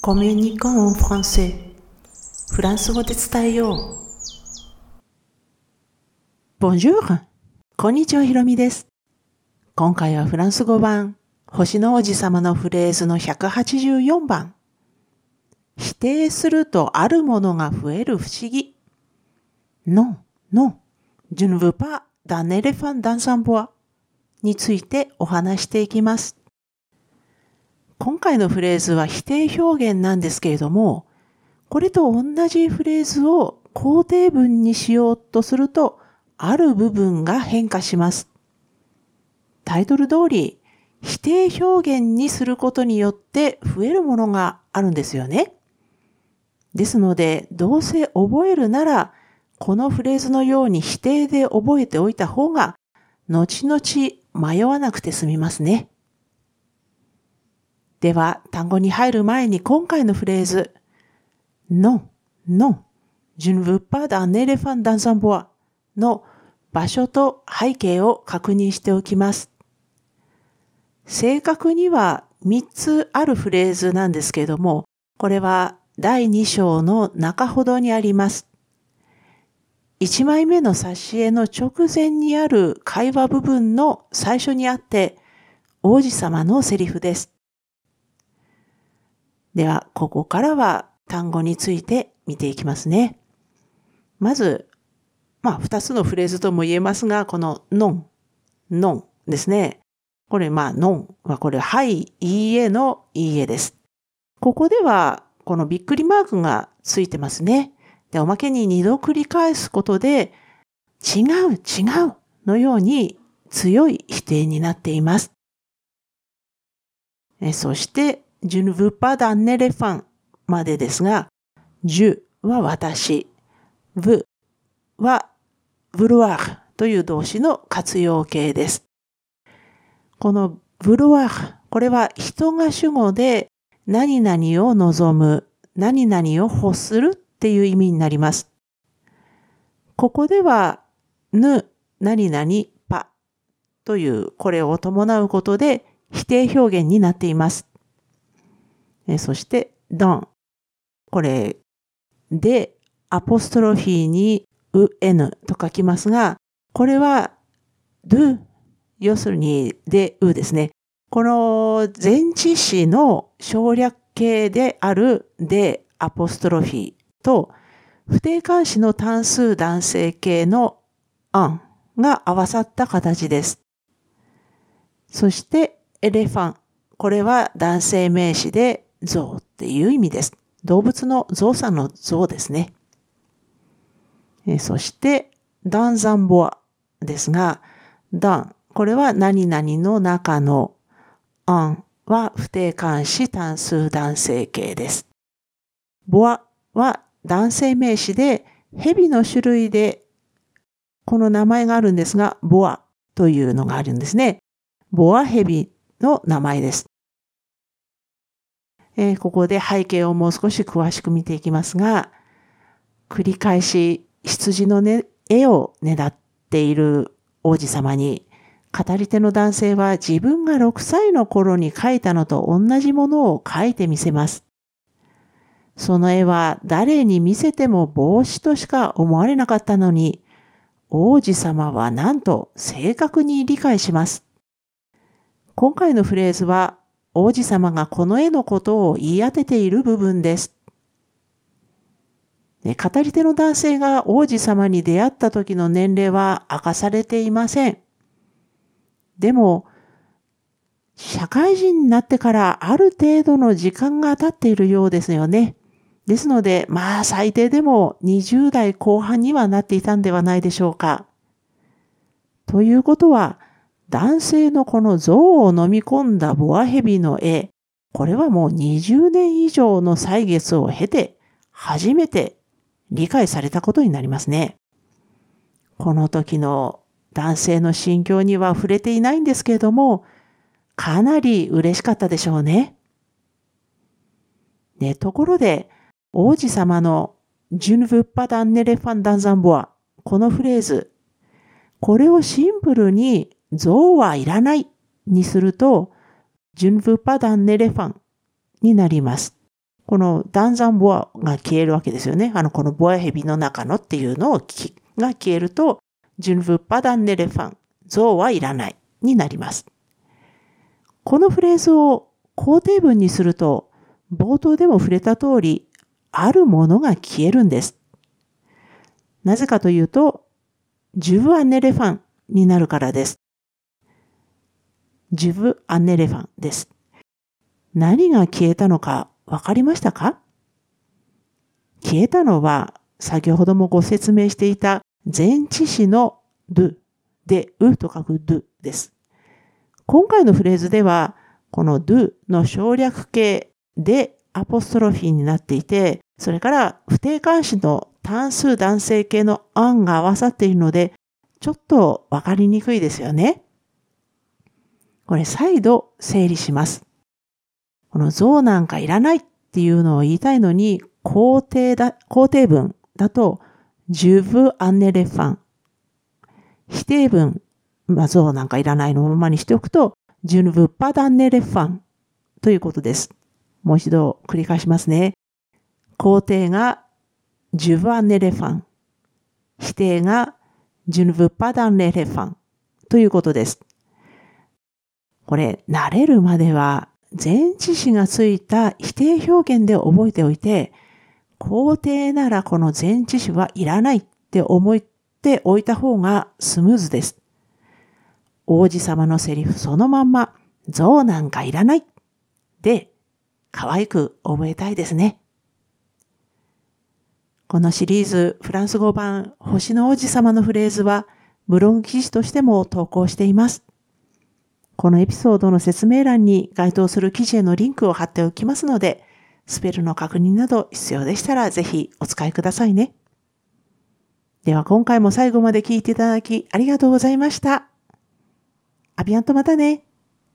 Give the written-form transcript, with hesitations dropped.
コミュニコンフランセフランス語で伝えよう。Bonjour! こんにちは、ひろみです。今回はフランス語版、星の王子様のフレーズの184番。否定するとあるものが増える不思議。Non, non, je ne veux pas d'un éléphant dans un bois についてお話していきます。今回のフレーズは否定表現なんですけれども、これと同じフレーズを肯定文にしようとすると、ある部分が変化します。タイトル通り、否定表現にすることによって増えるものがあるんですよね。ですので、どうせ覚えるなら、このフレーズのように否定で覚えておいた方が、後々迷わなくて済みますね。では、単語に入る前に今回のフレーズ、Non, non, je ne veux pas d'un éléphant dans un bois の場所と背景を確認しておきます。正確には3つあるフレーズなんですけれども、これは第2章の中ほどにあります。1枚目の挿絵の直前にある会話部分の最初にあって、王子様のセリフです。では、ここからは単語について見ていきますね。まず、2つのフレーズとも言えますが、このnonですね。これnonはこれはい、いいえのいいえです。ここではこのびっくりマークがついてますね。で、おまけに2度繰り返すことで、違うのように強い否定になっています。そして、je ne veux pas d'un éléphant までですが、je は私、veux は vouloir という動詞の活用形です。この vouloir、これは人が主語で何々を望む、何々を欲するっていう意味になります。ここでは ne 何々 pas というこれを伴うことで否定表現になっています。そして dans これでアポストロフィーにn と書きますが、これは do 要するにでですね。この前置詞の省略形であるでアポストロフィーと不定冠詞の単数男性形のanが合わさった形です。そしてエレファン、これは男性名詞で象っていう意味です。動物の象さんの象ですね。そしてダンザンボアですが、ダン、これは何々の中の、アンは不定冠詞単数男性形です。ボアは男性名詞で蛇の種類でこの名前があるんですが、ボアというのがあるんですね。ボア蛇の名前です。ここで背景をもう少し詳しく見ていきますが、繰り返し羊の絵をねだっている王子様に、語り手の男性は自分が6歳の頃に描いたのと同じものを描いてみせます。その絵は誰に見せても帽子としか思われなかったのに、王子様はなんと正確に理解します。今回のフレーズは、王子様がこの絵のことを言い当てている部分です。語り手の男性が王子様に出会った時の年齢は明かされていません。でも、社会人になってからある程度の時間が経っているようですよね。ですので、最低でも20代後半にはなっていたんではないでしょうか。ということは、男性のこの象を飲み込んだボアヘビの絵、これはもう20年以上の歳月を経て、初めて理解されたことになりますね。この時の男性の心境には触れていないんですけれども、かなり嬉しかったでしょうね。ところで、王子様のJe ne veux pas d'un éléphant dans un bois、このフレーズ、これをシンプルに象はいらないにすると、Je ne veux pas d'un éléphantになります。 このダンザンボアが消えるわけですよね。このボアヘビの中のっていうのが消えると、je ne veux pas d'un éléphant、象はいらないになります。このフレーズを肯定文にすると、冒頭でも触れた通り、あるものが消えるんです。なぜかというと、je veux un éléphantになるからです。je veux un éléphantです。何が消えたのかわかりましたか？消えたのは、先ほどもご説明していた前置詞の do で、うと書く do です。今回のフレーズでは、この do の省略形でアポストロフィーになっていて、それから不定冠詞の単数男性形の an が合わさっているので、ちょっとわかりにくいですよね。これ再度整理します。この象なんかいらないっていうのを言いたいのに、肯定文だと、je veux un éléphant。否定文、象なんかいらないのままにしておくと、je ne veux pas d'un éléphant ということです。もう一度繰り返しますね。肯定が je veux un éléphant。否定が je ne veux pas d'un éléphant ということです。これ、慣れるまでは前置詞がついた否定表現で覚えておいて、肯定ならこの前置詞はいらないって思っておいた方がスムーズです。王子様のセリフそのまんま、象なんかいらないで、可愛く覚えたいですね。このシリーズフランス語版星の王子様のフレーズはブログ記事としても投稿しています。このエピソードの説明欄に該当する記事へのリンクを貼っておきますので、スペルの確認など必要でしたらぜひお使いくださいね。では今回も最後まで聞いていただきありがとうございました。アビアンとまたね。